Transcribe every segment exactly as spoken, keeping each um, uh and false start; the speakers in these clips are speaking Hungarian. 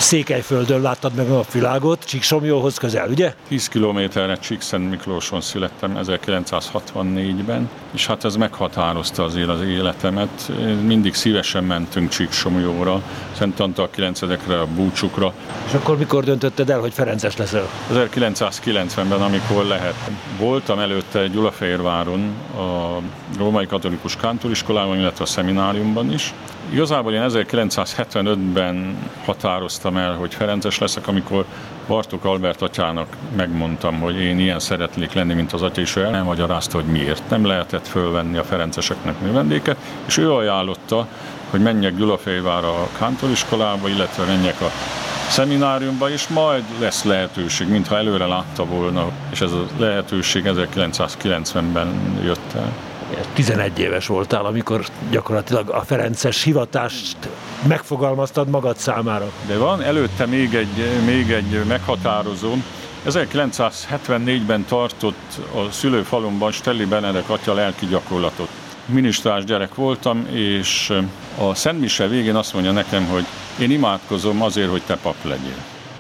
Székelyföldön láttad meg a napvilágot, Csíksomlyóhoz közel, ugye? tíz kilométerre Csíkszentmiklóson születtem ezerkilencszázhatvannégyben, és hát ez meghatározta azért az életemet. Mindig szívesen mentünk Csíksomlyóra, Szent Antal kilencedikre, a búcsukra. És akkor mikor döntötted el, hogy ferences leszel? ezerkilencszázkilencvenben, amikor lehet. Voltam előtte Gyulafehérváron a római katolikus kántoriskolában, illetve a szemináriumban is. Igazából én ezerkilencszázhetvenötben határoztam el, hogy ferences leszek, amikor Bartók Albert atyának megmondtam, hogy én ilyen szeretnék lenni, mint az atya, és ő elmagyarázta, hogy miért. Nem lehetett fölvenni a ferenceseknek növendéket, és ő ajánlotta, hogy menjek Gyulafehérvárra a kántoriskolába, illetve menjek a szemináriumba, és majd lesz lehetőség, mintha előre látta volna, és ez a lehetőség ezerkilencszázkilencvenben jött el. tizenegy éves voltál, amikor gyakorlatilag a ferences hivatást megfogalmaztad magad számára. De van előtte még egy, még egy meghatározó. ezerkilencszázhetvennégyben tartott a szülőfalumban Stelli Benedek atya lelki gyakorlatot. Minisztrás gyerek voltam, és a szentmise végén azt mondja nekem, hogy én imádkozom azért, hogy te pap legyél.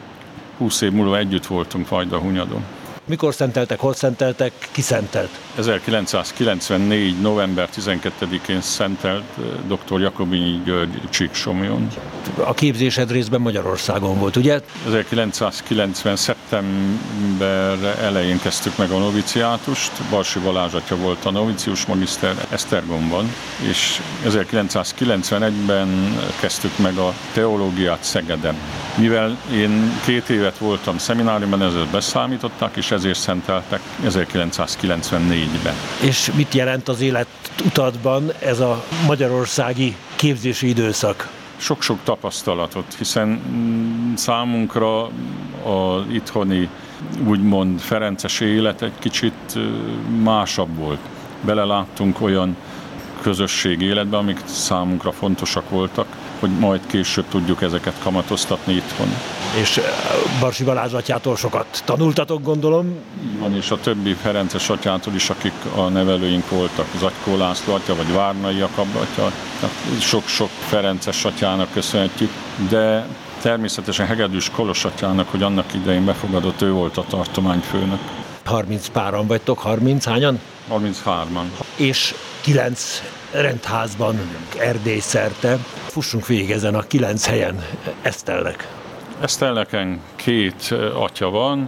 Húsz év múlva együtt voltunk Vajdahunyadon. Mikor szenteltek, hol szenteltek, ki szentelt? ezerkilencszázkilencvennégy. november tizenkettedikén szentelt dr. Jakobinyi György Csíksomlyon. A képzésed részben Magyarországon volt, ugye? ezerkilencszázkilencven. szeptember elején kezdtük meg a noviciátust. Balsi Balázs atya volt a novicius magiszter Esztergomban, és ezerkilencszázkilencvenegyben kezdtük meg a teológiát Szegeden. Mivel én két évet voltam szemináriumban, ezért beszámították, és ezért szenteltek ezerkilencszázkilencvennégyben. És mit jelent az életutadban ez a magyarországi képzési időszak? Sok-sok tapasztalatot, hiszen számunkra az itthoni úgymond ferences élet egy kicsit másabb volt. Beleláttunk olyan közösségi életbe, amik számunkra fontosak voltak, hogy majd később tudjuk ezeket kamatoztatni itthon. És Barsi Balázs atyától sokat tanultatok, gondolom? Így van, és a többi ferences atyától is, akik a nevelőink voltak, Zatykó László atya, vagy Várnai Jakab atya, sok-sok ferences atyának köszönhetjük, de természetesen Hegedűs Kolos atyának, hogy annak idején befogadott, ő volt a tartományfőnök. harminc páran vagytok, harminc hányan? harminchárman. És kilenc rendházban, Erdély szerte. Fussunk végig ezen a kilenc helyen. Esztellek. Esztelleken két atya van,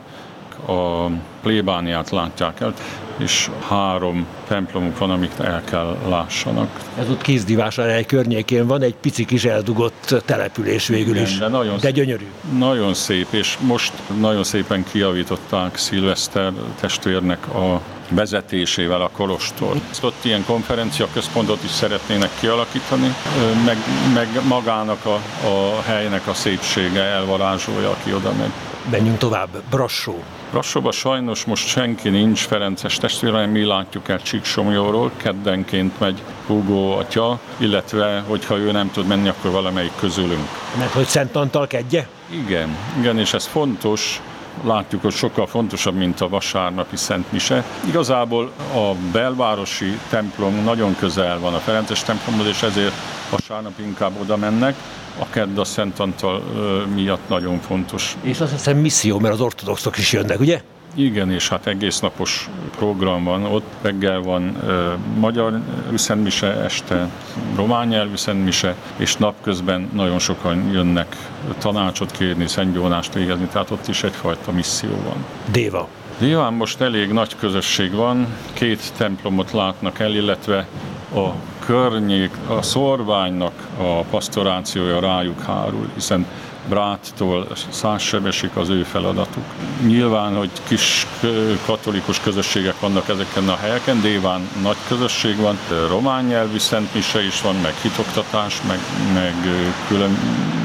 a plébániát látják el, és három templomuk van, amit el kell lássanak. Ez ott Kézdivásárhely környékén van, egy pici kis eldugott település végül is, igen, de, nagyon de szép, gyönyörű. Nagyon szép, és most nagyon szépen kijavították Szilveszter testvérnek a vezetésével a kolostor. Ott ilyen konferenciaközpontot is szeretnének kialakítani, meg, meg magának a, a helynek a szépsége elvarázsolja, aki oda megy. Menjünk tovább, Brassó. Brassóban sajnos most senki nincs ferences testvér, hanem mi látjuk el Csíksomlyóról, keddenként megy Hugó atya, illetve hogyha ő nem tud menni, akkor valamelyik közülünk. Mert hogy Szent Antal kedje? Igen, igen, és ez fontos. Látjuk, hogy sokkal fontosabb, mint a vasárnapi Szent Mise. Igazából a belvárosi templom nagyon közel van a ferences templomhoz, és ezért vasárnap inkább oda mennek. A kedd a Szent Antal miatt nagyon fontos. És azt hiszem misszió, mert az ortodoxok is jönnek, ugye? Igen, és hát egész napos program van ott. Reggel van ö, magyar szentmise, este román nyelvű szentmise, és napközben nagyon sokan jönnek tanácsot kérni, szentgyónást végezni, tehát ott is egyfajta misszió van. Déva. Déván most elég nagy közösség van, két templomot látnak el, illetve a környék, a szorványnak a pasztorációja rájuk hárul, hiszen Bráttól Szássebesig az ő feladatuk. Nyilván, hogy kis katolikus közösségek vannak ezeken a helyeken, Déván nagy közösség van, román nyelvű szentmise is van, meg hitoktatás, meg, meg külön,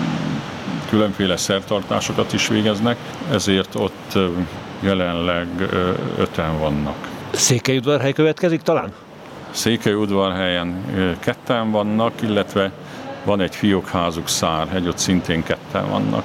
különféle szertartásokat is végeznek, ezért ott jelenleg öten vannak. Székelyudvarhely következik talán? Székelyudvarhelyen ketten vannak, illetve van egy fiókházuk Szárhegy, ott szintén ketten vannak.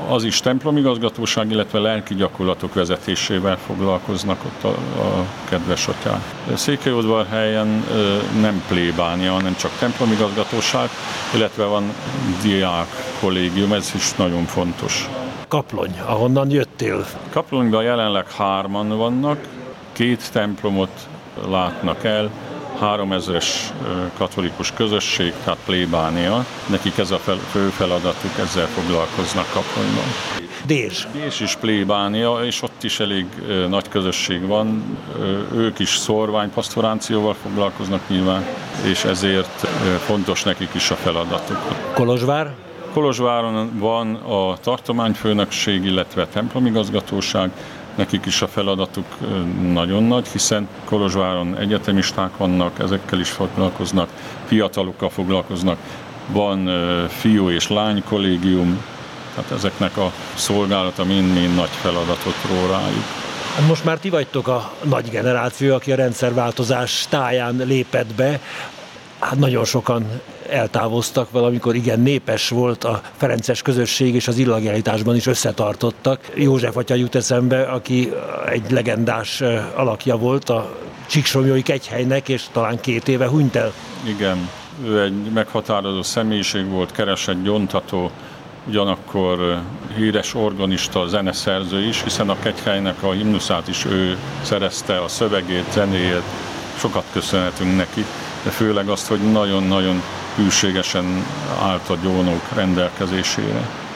az is templomigazgatóság, illetve lelki gyakorlatok vezetésével foglalkoznak ott a, a kedves atyák. Székelyudvarhelyen nem plébánia, hanem csak templomigazgatóság, illetve van diák kollégium, ez is nagyon fontos. Kaplony, ahonnan jöttél? Kaplonyban jelenleg hárman vannak, két templomot látnak el, háromezres katolikus közösség, tehát plébánia. Nekik ez a fel, fő feladatuk, ezzel foglalkoznak Kaplonyban. Dés. Dés is plébánia, és ott is elég nagy közösség van. Ők is szorványpasztorációval foglalkoznak nyilván, és ezért fontos nekik is a feladatuk. Kolozsvár? Kolozsváron van a tartományfőnökség, illetve templomigazgatóság. Nekik is a feladatuk nagyon nagy, hiszen Kolozsváron egyetemisták vannak, ezekkel is foglalkoznak, fiatalokkal foglalkoznak, van fiú és lány kollégium, tehát ezeknek a szolgálata mind-mind nagy feladatot ró rájuk. Most már ti vagytok a nagy generáció, aki a rendszerváltozás táján lépett be. Hát nagyon sokan eltávoztak, valamikor igen népes volt a ferences közösség, és az illegalitásban is összetartottak. József atya jut eszembe, aki egy legendás alakja volt a Csíksomlyói kegyhelynek, és talán két éve hunyt el. Igen, ő egy meghatározó személyiség volt, keresett gyóntató, ugyanakkor híres organista, zeneszerző is, hiszen a kegyhelynek a himnuszát is ő szerezte, a szövegét, zenéjét, sokat köszönhetünk neki, de főleg azt, hogy nagyon-nagyon hűségesen állt a gyónók rendelkezésére.